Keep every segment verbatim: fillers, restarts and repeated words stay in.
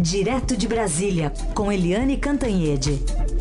Direto de Brasília, com Eliane Cantanhede.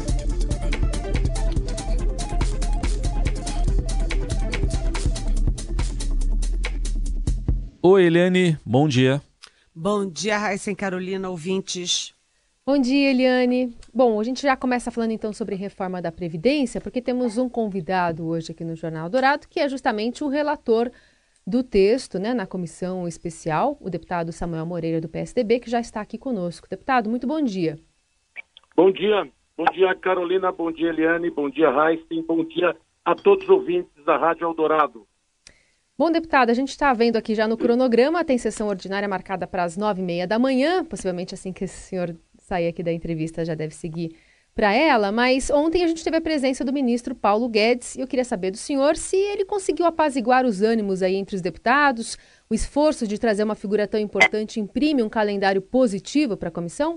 Oi, Eliane, bom dia. Bom dia, Raíssa e Carolina, ouvintes. Bom dia, Eliane. Bom, a gente já começa falando então sobre reforma da Previdência, porque temos um convidado hoje aqui no Jornal Dourado, que é justamente o relator do texto, né, na comissão especial, o deputado Samuel Moreira, do P S D B, que já está aqui conosco. Deputado, muito bom dia. Bom dia. Bom dia, Carolina. Bom dia, Eliane. Bom dia, Raíssa. Bom dia a todos os ouvintes da Rádio Eldorado. Bom, deputado, a gente está vendo aqui já no cronograma, tem sessão ordinária marcada para as nove e meia da manhã, possivelmente assim que o senhor sair aqui da entrevista já deve seguir para ela, mas ontem a gente teve a presença do ministro Paulo Guedes e eu queria saber do senhor se ele conseguiu apaziguar os ânimos aí entre os deputados, o esforço de trazer uma figura tão importante imprime um calendário positivo para a comissão?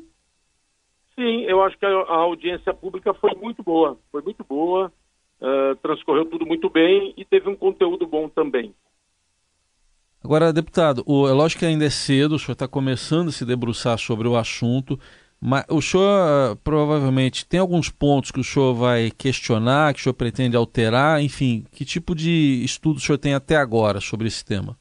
Sim, eu acho que a, a audiência pública foi muito boa, foi muito boa, uh, transcorreu tudo muito bem e teve um conteúdo bom também. Agora, deputado, o, é lógico que ainda é cedo, o senhor está começando a se debruçar sobre o assunto, mas o senhor uh, provavelmente tem alguns pontos que o senhor vai questionar, que o senhor pretende alterar, enfim, que tipo de estudo o senhor tem até agora sobre esse tema?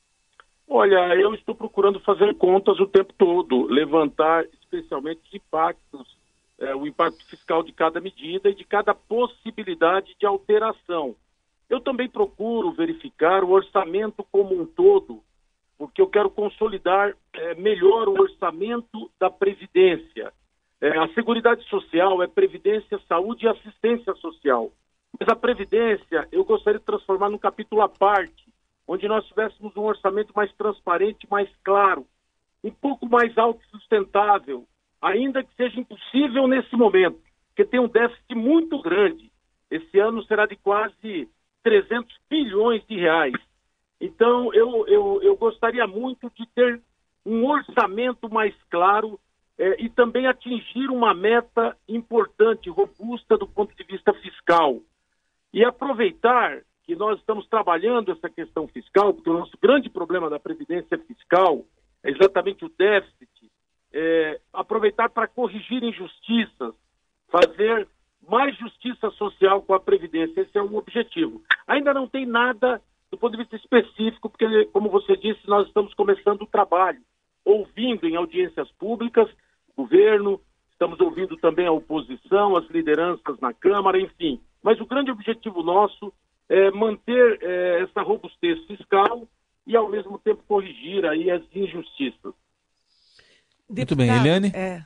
Olha, eu estou procurando fazer contas o tempo todo, levantar especialmente os impactos, é, o impacto fiscal de cada medida e de cada possibilidade de alteração. Eu também procuro verificar o orçamento como um todo, porque eu quero consolidar é, melhor o orçamento da Previdência. É, a Seguridade Social é Previdência, Saúde e Assistência Social. Mas a Previdência eu gostaria de transformar num capítulo à parte, onde nós tivéssemos um orçamento mais transparente, mais claro, um pouco mais autossustentável, ainda que seja impossível nesse momento, porque tem um déficit muito grande. Esse ano será de quase trezentos bilhões de reais. Então, eu, eu, eu gostaria muito de ter um orçamento mais claro eh, e também atingir uma meta importante, robusta do ponto de vista fiscal. E aproveitar que nós estamos trabalhando essa questão fiscal, porque o nosso grande problema da Previdência fiscal é exatamente o déficit, é, aproveitar para corrigir injustiças, fazer mais justiça social com a Previdência. Esse é o objetivo. Ainda não tem nada do ponto de vista específico, porque, como você disse, nós estamos começando o trabalho, ouvindo em audiências públicas o governo, estamos ouvindo também a oposição, as lideranças na Câmara, enfim. Mas o grande objetivo nosso é manter é, essa robustez fiscal e, ao mesmo tempo, corrigir aí as injustiças. Muito bem, Eliane? É...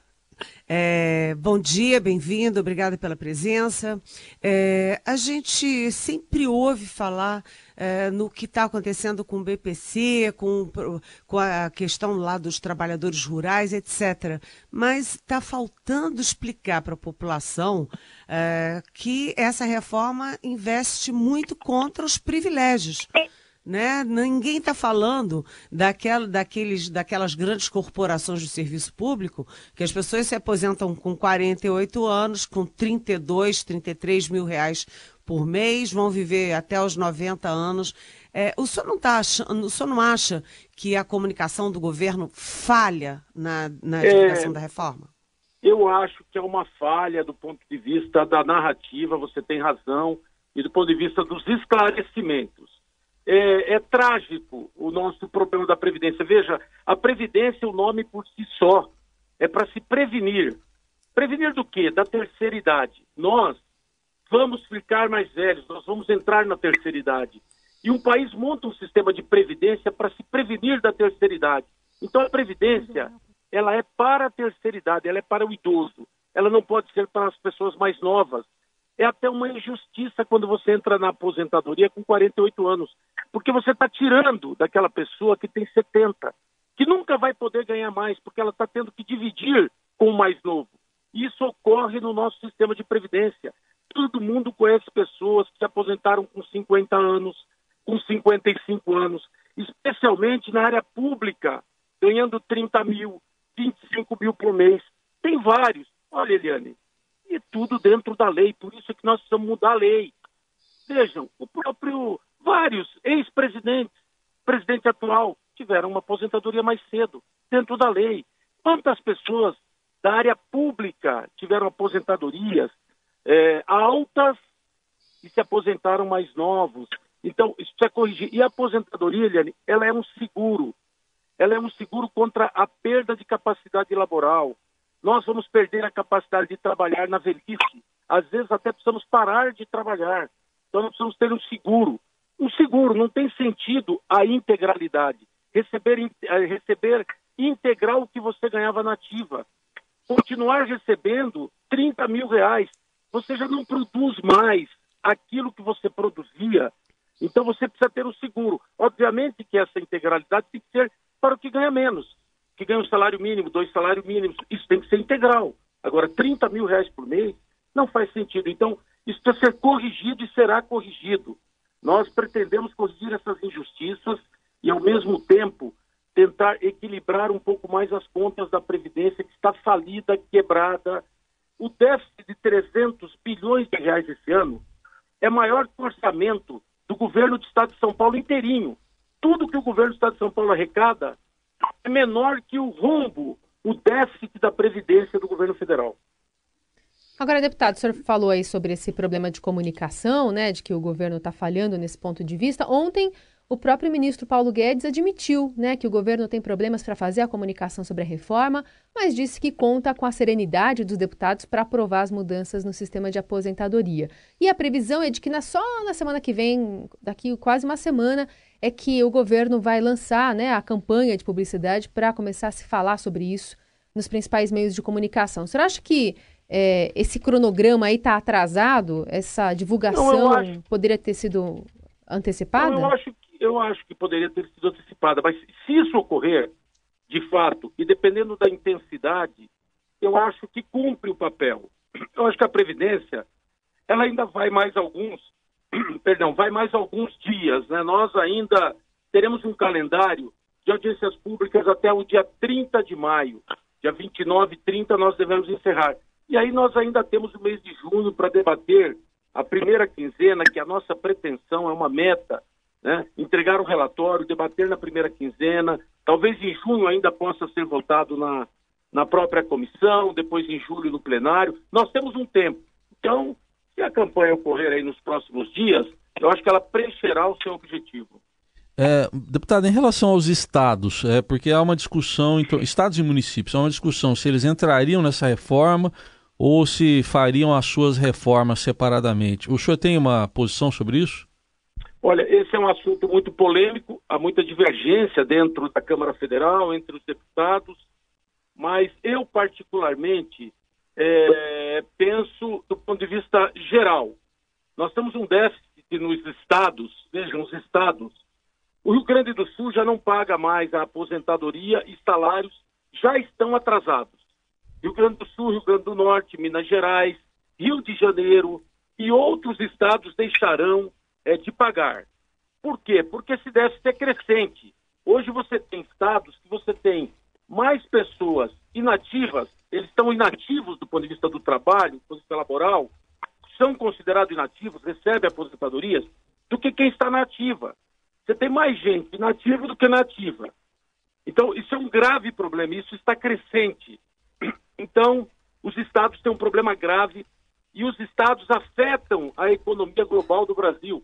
É, bom dia, bem-vindo, obrigada pela presença. É, a gente sempre ouve falar é, no que está acontecendo com o B P C, com, com a questão lá dos trabalhadores rurais, etcétera. Mas está faltando explicar para a população é, que essa reforma investe muito contra os privilégios. Né? Ninguém está falando daquela, daqueles, daquelas grandes corporações de serviço público que as pessoas se aposentam com quarenta e oito anos, com trinta e dois, trinta e três mil reais por mês, vão viver até os noventa anos. É, o senhor não tá achando, o senhor não acha que a comunicação do governo falha na, na divulgação é, da reforma? Eu acho que é uma falha do ponto de vista da narrativa, você tem razão, e do ponto de vista dos esclarecimentos. É, é trágico o nosso problema da Previdência. Veja, a Previdência, o nome por si só, é para se prevenir. Prevenir do quê? Da terceira idade. Nós vamos ficar mais velhos, nós vamos entrar na terceira idade. E um país monta um sistema de previdência para se prevenir da terceira idade. Então a Previdência, ela é para a terceira idade, ela é para o idoso. Ela não pode ser para as pessoas mais novas. É até uma injustiça quando você entra na aposentadoria com quarenta e oito anos, porque você está tirando daquela pessoa que tem setenta, que nunca vai poder ganhar mais, porque ela está tendo que dividir com o mais novo. E isso ocorre no nosso sistema de previdência. Todo mundo conhece pessoas que se aposentaram com cinquenta anos, com cinquenta e cinco anos, especialmente na área pública, ganhando trinta mil, vinte e cinco mil por mês. Tem vários. Olha, Eliane, e tudo dentro da lei, por isso é que nós precisamos mudar a lei. Vejam, o próprio, vários ex-presidentes, presidente atual, tiveram uma aposentadoria mais cedo, dentro da lei. Quantas pessoas da área pública tiveram aposentadorias é, altas e se aposentaram mais novos? Então, isso precisa corrigir. E a aposentadoria, Eliane, ela é um seguro. Ela é um seguro contra a perda de capacidade laboral. Nós vamos perder a capacidade de trabalhar na velhice. Às vezes até precisamos parar de trabalhar. Então nós precisamos ter um seguro. Um seguro não tem sentido a integralidade. Receber, receber integral o que você ganhava na ativa. Continuar recebendo trinta mil reais. Você já não produz mais aquilo que você produzia. Então você precisa ter um seguro. Obviamente que essa integralidade tem que ser para o que ganha menos. Que ganha um salário mínimo, dois salários mínimos. Isso tem que ser integral. Agora, trinta mil reais por mês não faz sentido. Então, isso precisa ser corrigido e será corrigido. Nós pretendemos corrigir essas injustiças e, ao mesmo tempo, tentar equilibrar um pouco mais as contas da Previdência, que está falida, quebrada. O déficit de trezentos bilhões de reais esse ano é maior que o orçamento do governo do Estado de São Paulo inteirinho. Tudo que o governo do Estado de São Paulo arrecada é menor que o rombo, o déficit da Previdência do governo federal. Agora, deputado, o senhor falou aí sobre esse problema de comunicação, né, de que o governo está falhando nesse ponto de vista. Ontem, o próprio ministro Paulo Guedes admitiu, né, que o governo tem problemas para fazer a comunicação sobre a reforma, mas disse que conta com a serenidade dos deputados para aprovar as mudanças no sistema de aposentadoria. E a previsão é de que na, só na semana que vem, daqui quase uma semana, é que o governo vai lançar, né, a campanha de publicidade para começar a se falar sobre isso nos principais meios de comunicação. O senhor acha que é, esse cronograma aí está atrasado? Essa divulgação Não, acho... poderia ter sido antecipada? Não, eu acho que Eu acho que poderia ter sido antecipada, mas se isso ocorrer, de fato, e dependendo da intensidade, eu acho que cumpre o papel. Eu acho que a Previdência, ela ainda vai mais alguns, perdão, vai mais alguns dias, né? Nós ainda teremos um calendário de audiências públicas até o dia trinta de maio. Dia vinte e nove, trinta nós devemos encerrar. E aí nós ainda temos o mês de junho para debater a primeira quinzena, que a nossa pretensão é uma meta, né? Entregar um relatório, debater na primeira quinzena, talvez em junho ainda possa ser votado na, na própria comissão, depois em julho no plenário. Nós temos um tempo. Então, se a campanha ocorrer aí nos próximos dias, eu acho que ela preencherá o seu objetivo. É, deputado, em relação aos estados, é, porque há uma discussão, então, estados e municípios, há uma discussão se eles entrariam nessa reforma ou se fariam as suas reformas separadamente. O senhor tem uma posição sobre isso? Olha, esse é um assunto muito polêmico, há muita divergência dentro da Câmara Federal, entre os deputados, mas eu particularmente é, penso do ponto de vista geral. Nós temos um déficit nos estados, vejam, os estados. O Rio Grande do Sul já não paga mais a aposentadoria e salários já estão atrasados. Rio Grande do Sul, Rio Grande do Norte, Minas Gerais, Rio de Janeiro e outros estados deixarão é, de pagar. Por quê? Porque esse déficit é crescente. Hoje você tem estados que você tem mais pessoas inativas, eles estão inativos do ponto de vista do trabalho, do ponto de vista laboral, são considerados inativos, recebem aposentadorias, do que quem está na ativa. Você tem mais gente inativa do que na ativa. Então, isso é um grave problema, isso está crescente. Então, os estados têm um problema grave e os estados afetam a economia global do Brasil.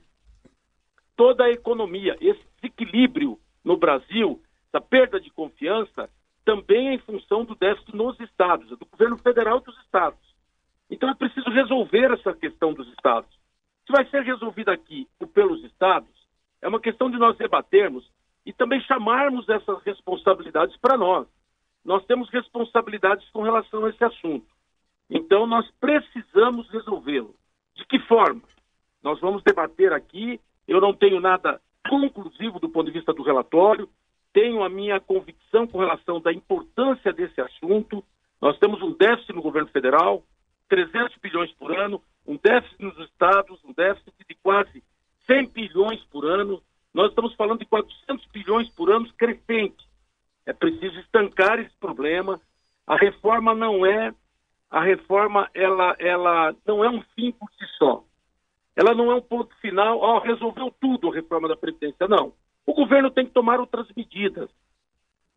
Toda a economia, esse desequilíbrio no Brasil, essa perda de confiança, também é em função do déficit nos estados, do governo federal e dos estados. Então, é preciso resolver essa questão dos estados. Se vai ser resolvida aqui ou pelos estados, é uma questão de nós debatermos e também chamarmos essas responsabilidades para nós. Nós temos responsabilidades com relação a esse assunto. Então, nós precisamos resolvê-lo. De que forma? Nós vamos debater aqui. Eu não tenho nada conclusivo do ponto de vista do relatório. Tenho a minha convicção com relação da importância desse assunto. Nós temos um déficit no governo federal, trezentos bilhões por ano, um déficit nos estados, um déficit de quase cem bilhões por ano. Nós estamos falando de quatrocentos bilhões por ano crescente. É preciso estancar esse problema. A reforma não é, a reforma ela, ela não é um fim por si só. Ela não é um ponto final, ó, resolveu tudo a reforma da Previdência. Não. O governo tem que tomar outras medidas.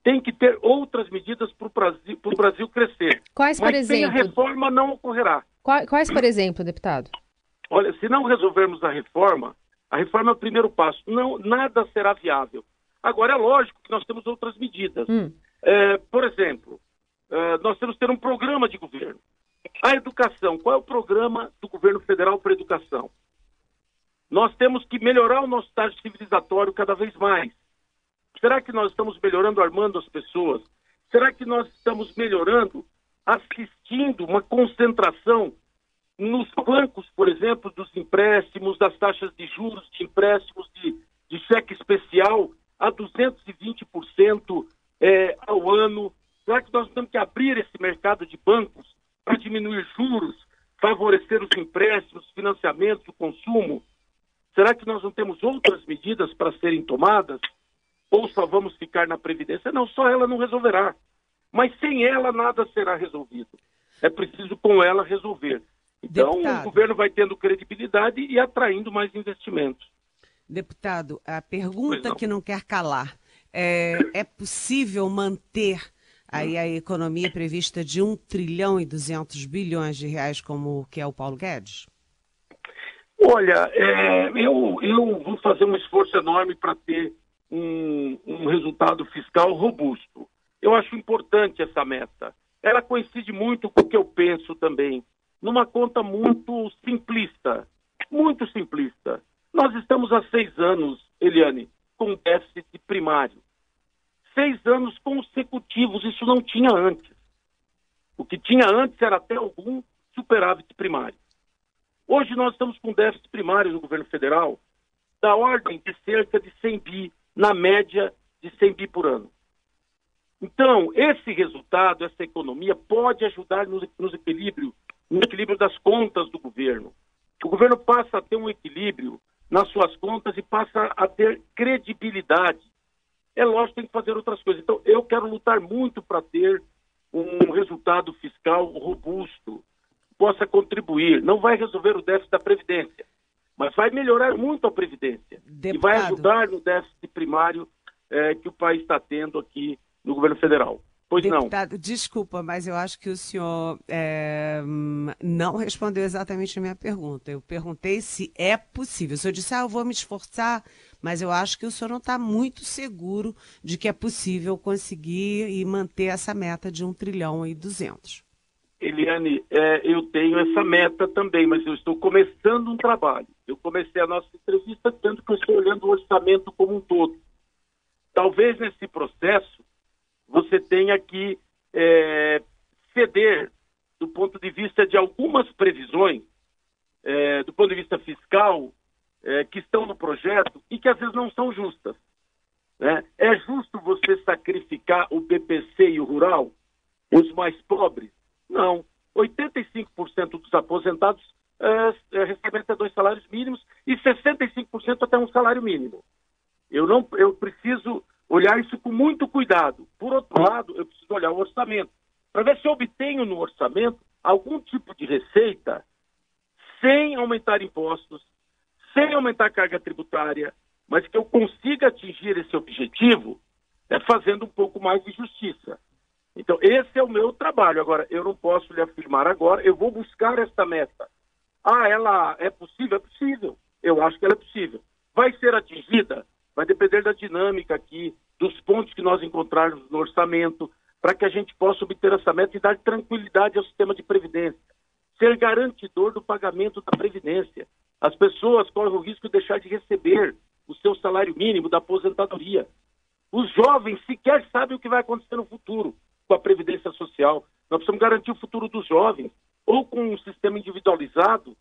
tem que ter outras medidas para o Brasil, pro Brasil crescer. Quais, por Mas exemplo? sem a reforma não ocorrerá. Quais, quais, por exemplo, deputado? Olha, se não resolvermos a reforma, a reforma é o primeiro passo. Não, nada será viável. Agora, é lógico que nós temos outras medidas. Hum. É, por exemplo, é, nós temos que ter um programa de governo. A educação, qual é o programa do governo federal para a educação? Nós temos que melhorar o nosso estágio civilizatório cada vez mais. Será que nós estamos melhorando, armando as pessoas? Será que nós estamos melhorando, assistindo uma concentração nos bancos, por exemplo, dos empréstimos, das taxas de juros, de empréstimos de, de cheque especial a duzentos e vinte por cento é, ao ano? Será que nós temos que abrir esse mercado de bancos para diminuir juros, favorecer os empréstimos, financiamentos, o consumo? Será que nós não temos outras medidas para serem tomadas? Ou só vamos ficar na Previdência? Não, só ela não resolverá. Mas sem ela nada será resolvido. É preciso com ela resolver. Então Deputado. O governo vai tendo credibilidade e atraindo mais investimentos. Deputado, a pergunta que não quer calar. É, é possível manter aí a economia prevista de um trilhão e duzentos bilhões de reais como que é o Paulo Guedes? Olha, é, eu, eu vou fazer um esforço enorme para ter um, um resultado fiscal robusto. Eu acho importante essa meta. Ela coincide muito com o que eu penso também, numa conta muito simplista, muito simplista. Nós estamos há seis anos, Eliane, com déficit primário. Seis anos consecutivos, isso não tinha antes. O que tinha antes era até algum superávit primário. Hoje nós estamos com déficit primário no governo federal da ordem de cerca de cem bi, na média de cem bi por ano. Então, esse resultado, essa economia, pode ajudar no, no equilíbrio, no equilíbrio das contas do governo. O governo passa a ter um equilíbrio nas suas contas e passa a ter credibilidade. É lógico que tem que fazer outras coisas. Então, eu quero lutar muito para ter um resultado fiscal robusto, que possa contribuir. Não vai resolver o déficit da Previdência, mas vai melhorar muito a Previdência. Deputado. E vai ajudar no déficit primário eh, que o país está tendo aqui no governo federal. Pois Deputado, não. desculpa, mas eu acho que o senhor é, não respondeu exatamente a minha pergunta. Eu perguntei se é possível. O senhor disse, ah, eu vou me esforçar, mas eu acho que o senhor não está muito seguro de que é possível conseguir e manter essa meta de um trilhão e duzentos. Eliane, é, eu tenho essa meta também, mas eu estou começando um trabalho. Eu comecei a nossa entrevista dizendo que eu estou olhando o orçamento como um todo. Talvez nesse processo você tenha que é, ceder do ponto de vista de algumas previsões, é, do ponto de vista fiscal, é, que estão no projeto e que às vezes não são justas. Né? É justo você sacrificar o B P C e o rural, os mais pobres? Não. oitenta e cinco por cento dos aposentados é, recebem até dois salários mínimos e sessenta e cinco por cento até um salário mínimo. Eu, não, eu preciso olhar isso com muito cuidado. Por outro lado, eu preciso olhar o orçamento, para ver se eu obtenho no orçamento algum tipo de receita sem aumentar impostos, sem aumentar a carga tributária, mas que eu consiga atingir esse objetivo é, fazendo um pouco mais de justiça. Então, esse é o meu trabalho. Agora, eu não posso lhe afirmar agora, eu vou buscar esta meta. Ah, ela é possível? É possível. Eu acho que ela é possível. Vai ser atingida? Vai depender da dinâmica aqui, dos pontos que nós encontrarmos no orçamento, para que a gente possa obter essa meta e dar tranquilidade ao sistema de previdência. Ser garantidor do pagamento da previdência. As pessoas correm o risco de deixar de receber o seu salário mínimo da aposentadoria. Os jovens sequer sabem o que vai acontecer no futuro com a previdência social. Nós precisamos garantir o futuro dos jovens, ou com um sistema individualizado,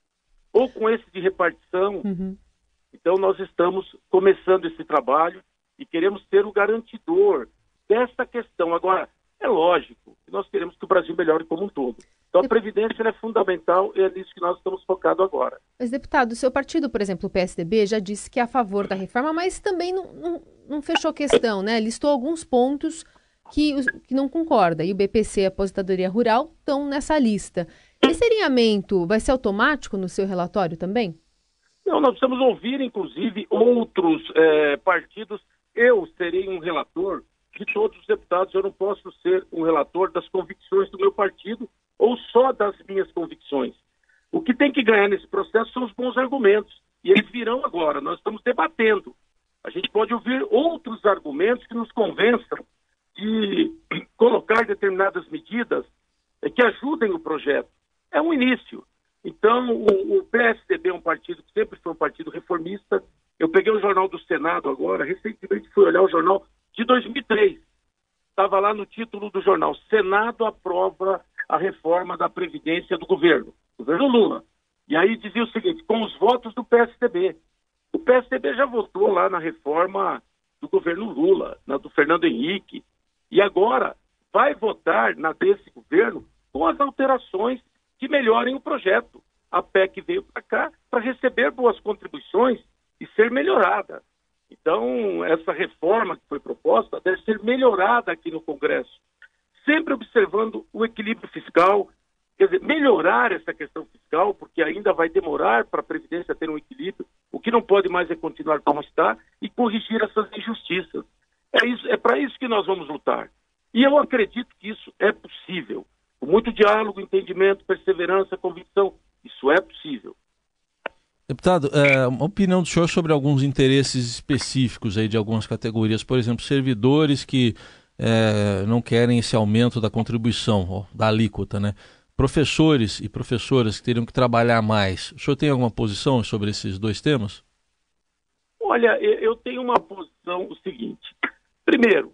ou com esse de repartição. Uhum. Então, nós estamos começando esse trabalho e queremos ser o garantidor dessa questão. Agora, é lógico que nós queremos que o Brasil melhore como um todo. Então, a Previdência é fundamental e é nisso que nós estamos focados agora. Mas, deputado, o seu partido, por exemplo, o P S D B, já disse que é a favor da reforma, mas também não, não, não fechou questão, né? Listou alguns pontos que, que não concorda. E o B P C e a Aposentadoria Rural estão nessa lista. Esse alinhamento vai ser automático no seu relatório também? Não, nós precisamos ouvir, inclusive, outros é, partidos. Eu serei um relator de todos os deputados. Eu não posso ser um relator das convicções do meu partido ou só das minhas convicções. O que tem que ganhar nesse processo são os bons argumentos. E eles virão agora. Nós estamos debatendo. A gente pode ouvir outros argumentos que nos convençam de colocar determinadas medidas que ajudem o projeto. É um início. Então, o, o P S D B é um partido que sempre foi um partido reformista. Eu peguei o jornal do Senado agora, recentemente fui olhar o jornal de dois mil e três. Estava lá no título do jornal: Senado aprova a reforma da Previdência do governo, governo Lula. E aí dizia o seguinte: com os votos do P S D B. O P S D B já votou lá na reforma do governo Lula, na do Fernando Henrique, e agora vai votar na desse governo com as alterações que melhorem o projeto. A P E C veio para cá para receber boas contribuições e ser melhorada. Então, essa reforma que foi proposta deve ser melhorada aqui no Congresso, sempre observando o equilíbrio fiscal, quer dizer, melhorar essa questão fiscal, porque ainda vai demorar para a Previdência ter um equilíbrio. O que não pode mais é continuar como está e corrigir essas injustiças. É, isso, é para isso que nós vamos lutar. E eu acredito que isso é possível. Com muito diálogo, entendimento, perseverança, convicção, isso é possível. Deputado, é, uma opinião do senhor sobre alguns interesses específicos aí de algumas categorias, por exemplo, servidores que é, não querem esse aumento da contribuição, ó, da alíquota, né? Professores e professoras que teriam que trabalhar mais. O senhor tem alguma posição sobre esses dois temas? Olha, eu tenho uma posição o seguinte. Primeiro,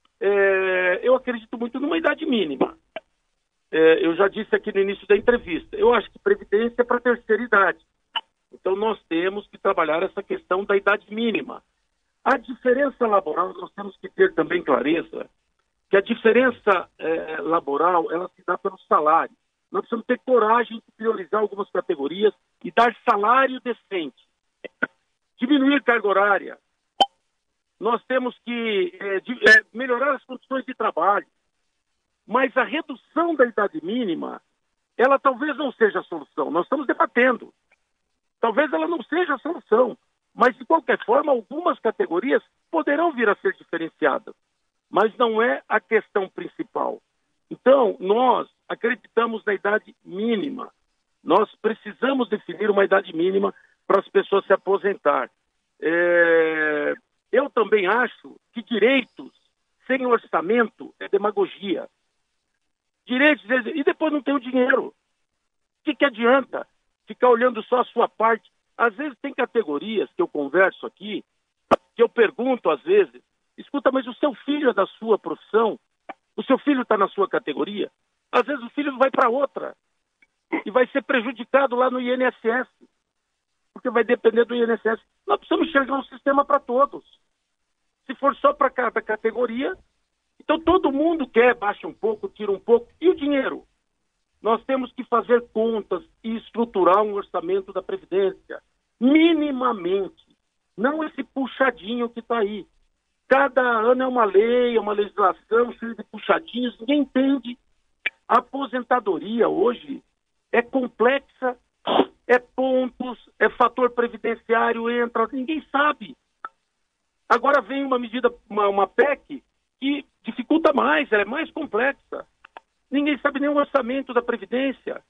é, eu acredito muito numa idade mínima. É, eu já disse aqui no início da entrevista, eu acho que previdência é para a terceira idade. Então nós temos que trabalhar essa questão da idade mínima. A diferença laboral, nós temos que ter também clareza que a diferença é, laboral, ela se dá pelo salário. Nós precisamos ter coragem de priorizar algumas categorias e dar salário decente. Diminuir carga horária. Nós temos que é, de, é, melhorar as condições de trabalho. Mas a redução da idade mínima, ela talvez não seja a solução. Nós estamos debatendo. Talvez ela não seja a solução. Mas, de qualquer forma, algumas categorias poderão vir a ser diferenciadas. Mas não é a questão principal. Então, nós acreditamos na idade mínima. Nós precisamos definir uma idade mínima para as pessoas se aposentar. É... Eu também acho que direitos sem orçamento é demagogia. Direitos, e depois não tem o dinheiro. O que, que adianta ficar olhando só a sua parte? Às vezes tem categorias que eu converso aqui, que eu pergunto às vezes, escuta, mas o seu filho é da sua profissão? O seu filho está na sua categoria? Às vezes o filho vai para outra e vai ser prejudicado lá no I N S S, porque vai depender do I N S S. Nós precisamos enxergar um sistema para todos. Se for só para cada categoria, então todo mundo quer, baixa um pouco, tira um pouco. E o dinheiro? Nós temos que fazer contas e estruturar um orçamento da Previdência, minimamente. Não esse puxadinho que está aí. Cada ano é uma lei, é uma legislação cheia de puxadinhos, ninguém entende. A aposentadoria hoje é complexa, é pontos, é fator previdenciário, entra, ninguém sabe. Agora vem uma medida, uma, uma P E C, que dificulta mais, ela é mais complexa. Ninguém sabe nem o orçamento da Previdência.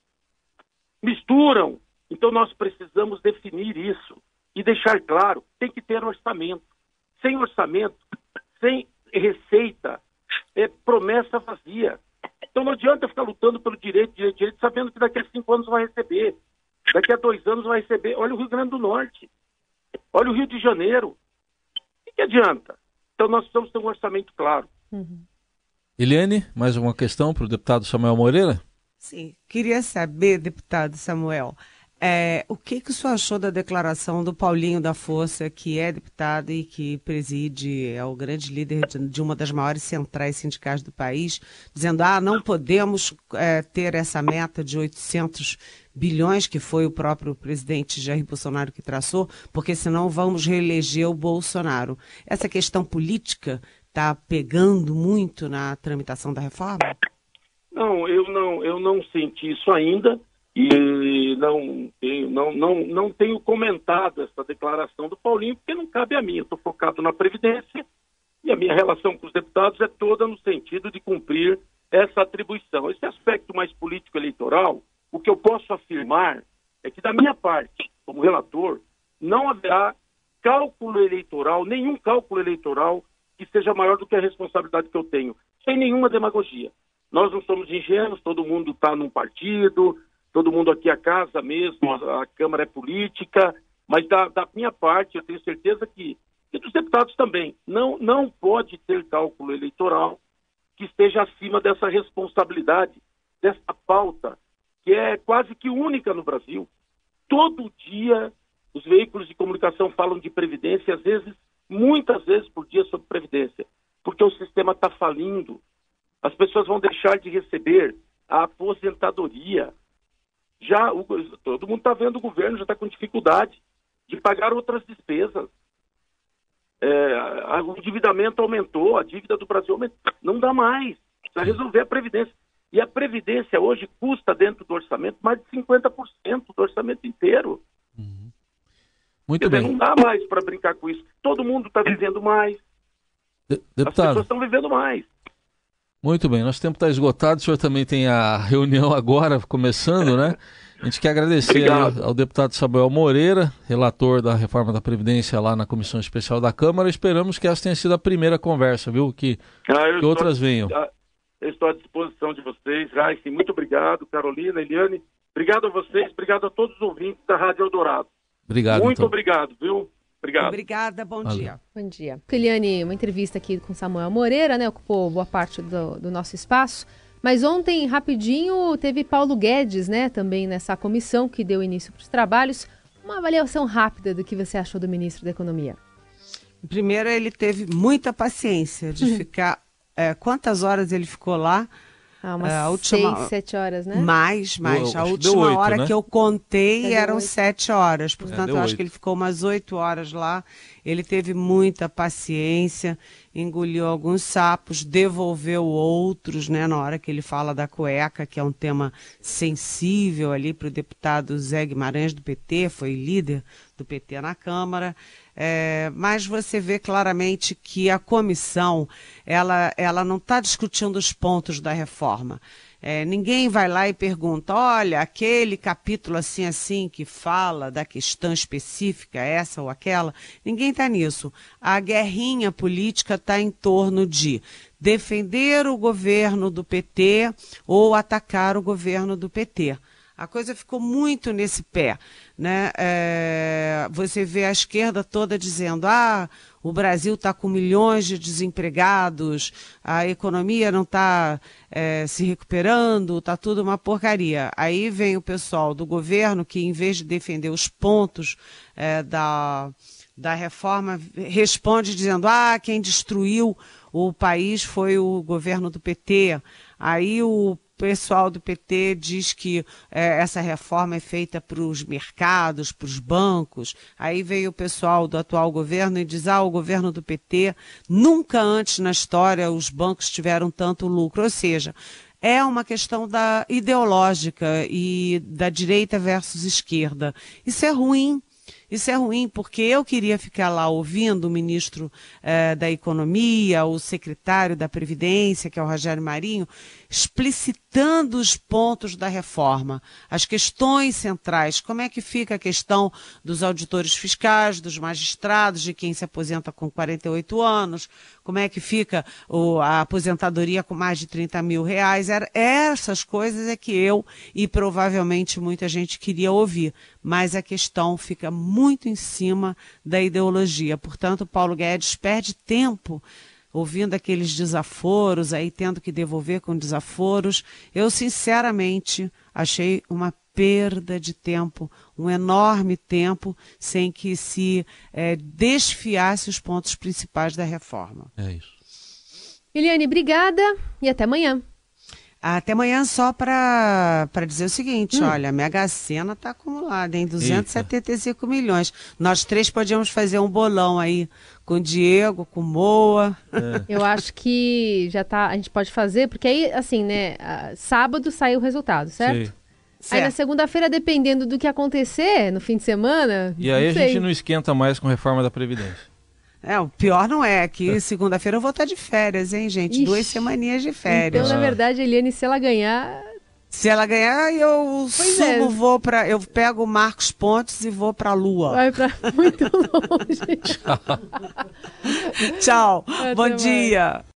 Misturam. Então nós precisamos definir isso e deixar claro, tem que ter orçamento. Sem orçamento, sem receita, é promessa vazia. Então não adianta ficar lutando pelo direito, direito, direito, sabendo que daqui a cinco anos vai receber, daqui a dois anos vai receber. Olha o Rio Grande do Norte, olha o Rio de Janeiro. O que, que adianta? Então nós precisamos ter um orçamento claro. Uhum. Eliane, mais alguma questão para o deputado Samuel Moreira? Sim, queria saber, deputado Samuel, é, o que, que o senhor achou da declaração do Paulinho da Força, que é deputado e que preside, é o grande líder de, de uma das maiores centrais sindicais do país, dizendo, ah, não podemos é, ter essa meta de oitocentos bilhões, que foi o próprio presidente Jair Bolsonaro que traçou, porque senão vamos reeleger o Bolsonaro. Essa questão política está pegando muito na tramitação da reforma? Não, eu não, eu não senti isso ainda e não tenho, não, não, não tenho comentado essa declaração do Paulinho, porque não cabe a mim. Eu estou focado na Previdência E a minha relação com os deputados é toda no sentido de cumprir essa atribuição. Esse aspecto mais político-eleitoral, o que eu posso afirmar é que, da minha parte, como relator, não haverá cálculo eleitoral, nenhum cálculo eleitoral que seja maior do que a responsabilidade que eu tenho, sem nenhuma demagogia. Nós não somos ingênuos, todo mundo está num partido, todo mundo aqui, a casa mesmo, a, a Câmara é política, mas da, da minha parte, eu tenho certeza que, e dos deputados também, não, não pode ter cálculo eleitoral que esteja acima dessa responsabilidade, dessa pauta, que é quase que única no Brasil. Todo dia os veículos de comunicação falam de previdência, às vezes, muitas vezes por dia sobre previdência, porque o sistema está falindo. As pessoas vão deixar de receber a aposentadoria. Já o, todo mundo está vendo, o governo já está com dificuldade de pagar outras despesas. É, o endividamento aumentou, a dívida do Brasil aumentou. Não dá mais. Precisa resolver a Previdência. E a Previdência hoje custa dentro do orçamento mais de cinquenta por cento do orçamento inteiro. Uhum. Muito Quer bem. dizer, não dá mais para brincar com isso. Todo mundo está vivendo mais. De- As deputado, pessoas estão vivendo mais. muito bem. Nosso tempo está esgotado. O senhor também tem a reunião agora começando, né? A gente quer agradecer Obrigado. ao deputado Samuel Moreira, relator da reforma da Previdência lá na Comissão Especial da Câmara. Esperamos que essa tenha sido a primeira conversa, viu? Que, Ah, eu que outras estou, venham. ah, eu estou à disposição de vocês. Raíssa, muito obrigado. Carolina, Eliane, obrigado a vocês, obrigado a todos os ouvintes da Rádio Eldorado. Obrigado, Muito então. obrigado, viu? Obrigado. Obrigada, bom Valeu. dia. Bom dia. Eliane, uma entrevista aqui com Samuel Moreira, né? Ocupou boa parte do, do nosso espaço. Mas ontem, rapidinho, teve Paulo Guedes, né? Também nessa comissão que deu início para os trabalhos. Uma avaliação rápida do que você achou do ministro da Economia. Primeiro, ele teve muita paciência de ficar... É, quantas horas ele ficou lá? Ah, umas É, a última- seis, sete horas, né? Mais, mais. Eu A acho que deu última oito, hora né? que eu contei É, deu eram oito. sete horas. Portanto, deu eu acho oito. que ele ficou umas oito horas lá. Ele teve muita paciência, engoliu alguns sapos, devolveu outros, né? Na hora que ele fala da cueca, que é um tema sensível ali para o deputado Zé Guimarães do P T, foi líder do P T na Câmara. É, mas você vê claramente que a comissão ela, ela não está discutindo os pontos da reforma. É, ninguém vai lá e pergunta, olha, aquele capítulo assim, assim, que fala da questão específica, essa ou aquela, ninguém está nisso. A guerrinha política está em torno de defender o governo do P T ou atacar o governo do P T. A coisa ficou muito nesse pé, né? É, você vê a esquerda toda dizendo, ah, o Brasil está com milhões de desempregados, a economia não está é, se recuperando, está tudo uma porcaria. Aí vem o pessoal do governo que, em vez de defender os pontos é, da, da reforma, responde dizendo, ah, quem destruiu o país foi o governo do P T. Aí o O pessoal do P T diz que é, essa reforma é feita para os mercados, para os bancos. Aí veio o pessoal do atual governo e diz, ah, o governo do P T, nunca antes na história os bancos tiveram tanto lucro. Ou seja, é uma questão da ideológica e da direita versus esquerda. Isso é ruim. Isso é ruim, porque eu queria ficar lá ouvindo o ministro eh, da Economia, o secretário da Previdência, que é o Rogério Marinho, explicitando os pontos da reforma, as questões centrais, como é que fica a questão dos auditores fiscais, dos magistrados, de quem se aposenta com quarenta e oito anos, como é que fica o, a aposentadoria com mais de trinta mil reais. Era, essas coisas é que eu e provavelmente muita gente queria ouvir, mas a questão fica muito em cima da ideologia. Portanto, Paulo Guedes perde tempo ouvindo aqueles desaforos, aí tendo que devolver com desaforos. Eu, sinceramente, achei uma perda de tempo, um enorme tempo, sem que se é, desfiasse os pontos principais da reforma. É isso. Eliane, obrigada e até amanhã. Até amanhã, só para dizer o seguinte, Hum. olha, a Mega Sena está acumulada em duzentos e setenta e cinco milhões. Nós três podíamos fazer um bolão aí com o Diego, com o Moa. Eu acho que já tá, a gente pode fazer, porque aí, assim, né, ah, sábado saiu o resultado, certo? Sei. Aí na segunda-feira, dependendo do que acontecer no fim de semana, E aí não a sei. gente não esquenta mais com a reforma da Previdência. É, o pior não é que segunda-feira eu vou estar de férias, hein, gente? Ixi, Duas semaninhas de férias. Então, na verdade, Eliane, se ela ganhar... Se ela ganhar, eu Pois sumo, é. vou para, eu pego o Marcos Pontes e vou para a Lua. Vai pra muito longe. Tchau. Até Bom mais. dia.